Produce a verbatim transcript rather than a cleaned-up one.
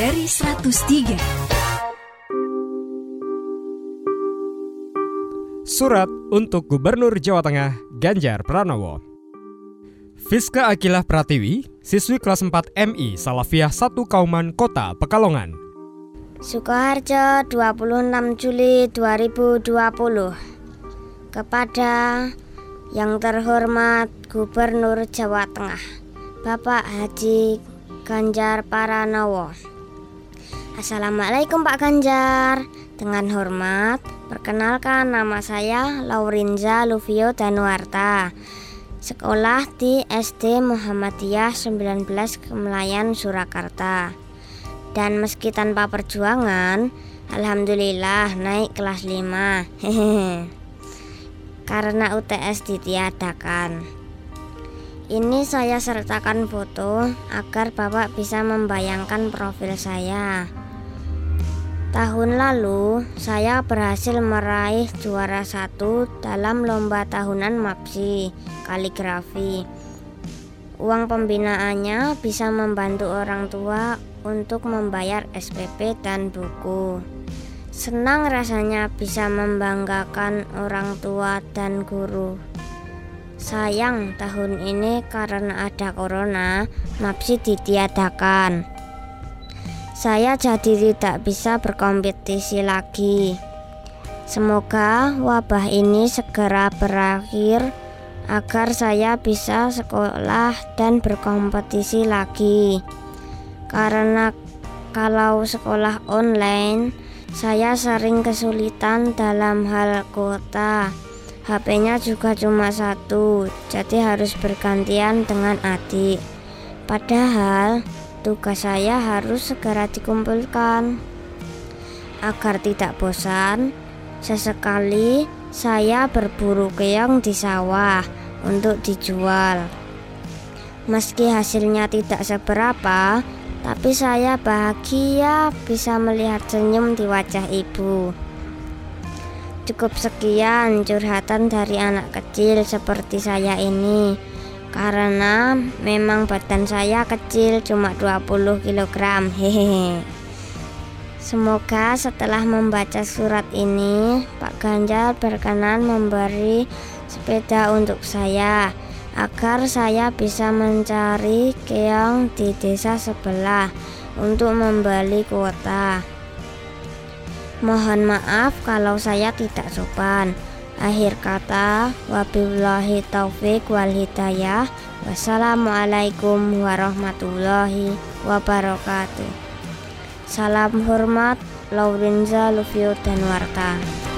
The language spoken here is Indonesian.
dari seratus tiga. Surat untuk Gubernur Jawa Tengah Ganjar Pranowo. Fiska Akilah Pratiwi, siswi kelas empat M I Salafiyah satu Kauman Kota Pekalongan. Sukoharjo, dua puluh enam Juli dua ribu dua puluh. Kepada yang terhormat Gubernur Jawa Tengah, Bapak Haji Ganjar Pranowo. Assalamualaikum Pak Ganjar. Dengan hormat, perkenalkan nama saya Laurinza Luvio Danuarta. Sekolah di S D Muhammadiyah sembilan belas Kemelayan Surakarta. Dan meski tanpa perjuangan, alhamdulillah naik kelas lima. Hehehe. Karena U T S ditiadakan. Ini saya sertakan foto agar Bapak bisa membayangkan profil saya. Tahun lalu, saya berhasil meraih juara satu dalam lomba tahunan MAPSI kaligrafi. Uang pembinaannya bisa membantu orang tua untuk membayar S P P dan buku. Senang rasanya bisa membanggakan orang tua dan guru. Sayang tahun ini karena ada corona, MAPSI ditiadakan. Saya jadi tidak bisa berkompetisi lagi. Semoga wabah ini segera berakhir agar saya bisa sekolah dan berkompetisi lagi. Karena kalau sekolah online, saya sering kesulitan dalam hal kuota. H P-nya juga cuma satu, jadi harus bergantian dengan adik. Padahal tugas saya harus segera dikumpulkan. Agar tidak bosan, sesekali saya berburu keong di sawah untuk dijual. Meski hasilnya tidak seberapa, tapi saya bahagia bisa melihat senyum di wajah ibu. Cukup sekian curhatan dari anak kecil seperti saya ini. Karena memang badan saya kecil, cuma dua puluh kilogram. Hehehe. Semoga setelah membaca surat ini, Pak Ganjar berkenan memberi sepeda untuk saya, agar saya bisa mencari keong di desa sebelah untuk membeli kuota. Mohon maaf kalau saya tidak sopan. Akhir kata, wabillahi taufik wal hidayah. Wassalamualaikum warahmatullahi wabarakatuh. Salam hormat, Laurinza Luvio Danuarta.